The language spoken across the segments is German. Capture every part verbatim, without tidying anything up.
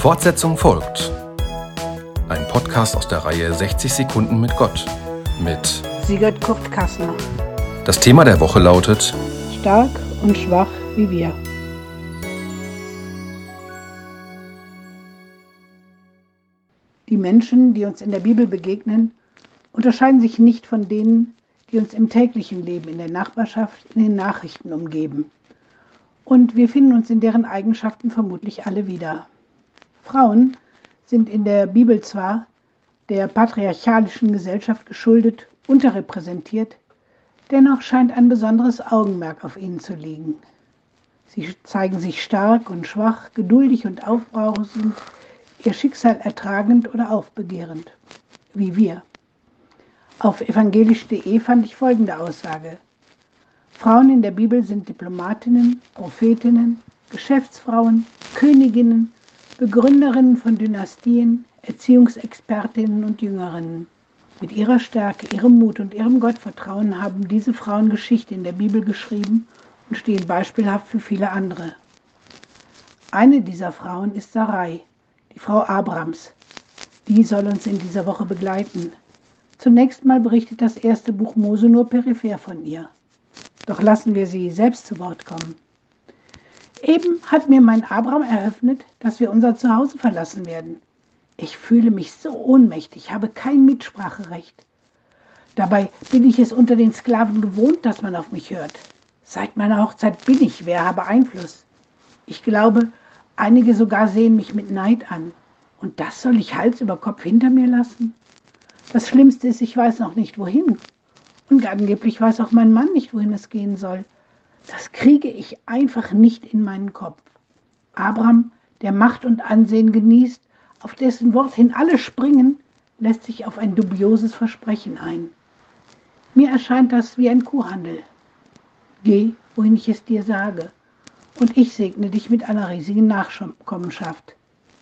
Fortsetzung folgt. Ein Podcast aus der Reihe sechzig Sekunden mit Gott mit Sigurd Kurt-Kassner. Das Thema der Woche lautet: Stark und schwach wie wir. Die Menschen, die uns in der Bibel begegnen, unterscheiden sich nicht von denen, die uns im täglichen Leben, in der Nachbarschaft, in den Nachrichten umgeben. Und wir finden uns in deren Eigenschaften vermutlich alle wieder. Frauen sind in der Bibel zwar der patriarchalischen Gesellschaft geschuldet unterrepräsentiert, dennoch scheint ein besonderes Augenmerk auf ihnen zu liegen. Sie zeigen sich stark und schwach, geduldig und aufbrausend, ihr Schicksal ertragend oder aufbegehrend, wie wir. Auf evangelisch punkt de fand ich folgende Aussage: Frauen in der Bibel sind Diplomatinnen, Prophetinnen, Geschäftsfrauen, Königinnen, Begründerinnen von Dynastien, Erziehungsexpertinnen und Jüngerinnen. Mit ihrer Stärke, ihrem Mut und ihrem Gottvertrauen haben diese Frauen Geschichte in der Bibel geschrieben und stehen beispielhaft für viele andere. Eine dieser Frauen ist Sarai, die Frau Abrams. Die soll uns in dieser Woche begleiten. Zunächst mal berichtet das erste Buch Mose nur peripher von ihr. Doch lassen wir sie selbst zu Wort kommen. Eben hat mir mein Abraham eröffnet, dass wir unser Zuhause verlassen werden. Ich fühle mich so ohnmächtig, habe kein Mitspracherecht. Dabei bin ich es unter den Sklaven gewohnt, dass man auf mich hört. Seit meiner Hochzeit bin ich wer, habe Einfluss. Ich glaube, einige sogar sehen mich mit Neid an. Und das soll ich Hals über Kopf hinter mir lassen? Das Schlimmste ist, ich weiß noch nicht, wohin. Und angeblich weiß auch mein Mann nicht, wohin es gehen soll. Das kriege ich einfach nicht in meinen Kopf. Abraham, der Macht und Ansehen genießt, auf dessen Wort hin alle springen, lässt sich auf ein dubioses Versprechen ein. Mir erscheint das wie ein Kuhhandel. Geh, wohin ich es dir sage, und ich segne dich mit einer riesigen Nachkommenschaft.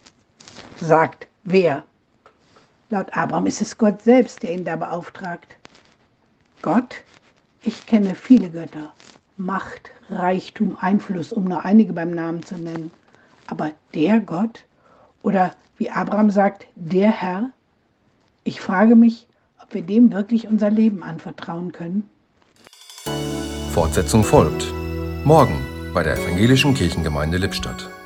Sagt wer? Laut Abraham ist es Gott selbst, der ihn da beauftragt. Gott? Ich kenne viele Götter. Macht, Reichtum, Einfluss, um nur einige beim Namen zu nennen. Aber der Gott? Oder wie Abraham sagt, der Herr? Ich frage mich, ob wir dem wirklich unser Leben anvertrauen können. Fortsetzung folgt. Morgen bei der Evangelischen Kirchengemeinde Lippstadt.